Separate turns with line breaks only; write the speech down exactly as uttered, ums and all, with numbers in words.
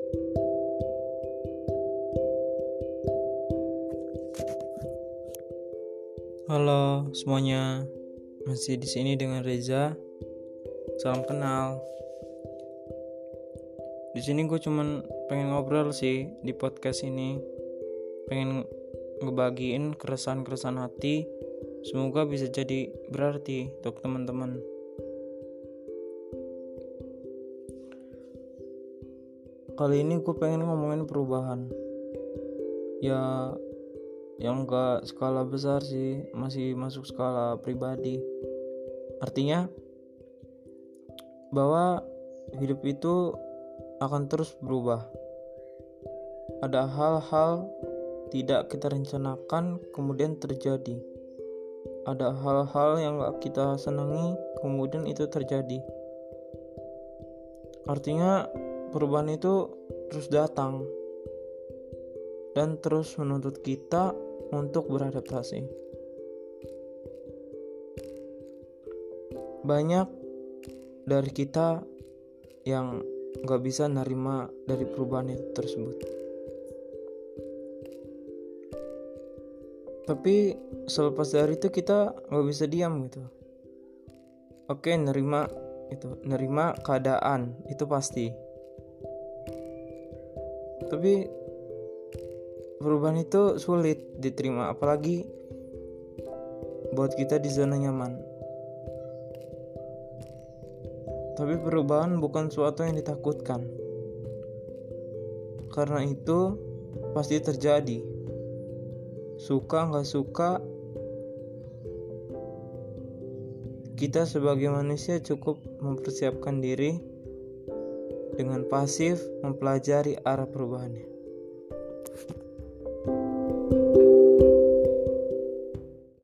Halo semuanya, masih di sini dengan Reza. Salam kenal. Di sini gue cuman pengen ngobrol sih di podcast ini, pengen ngebagiin keresahan-keresahan hati. Semoga bisa jadi berarti untuk teman-teman. Kali ini gue pengen ngomongin perubahan. Ya, yang gak skala besar sih, masih masuk skala pribadi. Artinya bahwa hidup itu akan terus berubah. Ada hal-hal tidak kita rencanakan kemudian terjadi. Ada hal-hal yang gak kita senangi kemudian itu terjadi. Artinya perubahan itu terus datang dan terus menuntut kita untuk beradaptasi. Banyak dari kita yang gak bisa nerima dari perubahan itu tersebut. Tapi selepas dari itu kita gak bisa diam gitu. Oke, nerima itu, nerima keadaan itu pasti. Tapi perubahan itu sulit diterima, apalagi buat kita di zona nyaman. Tapi perubahan bukan suatu yang ditakutkan. Karena itu pasti terjadi. Suka gak suka, kita sebagai manusia cukup mempersiapkan diri dengan pasif mempelajari arah perubahannya.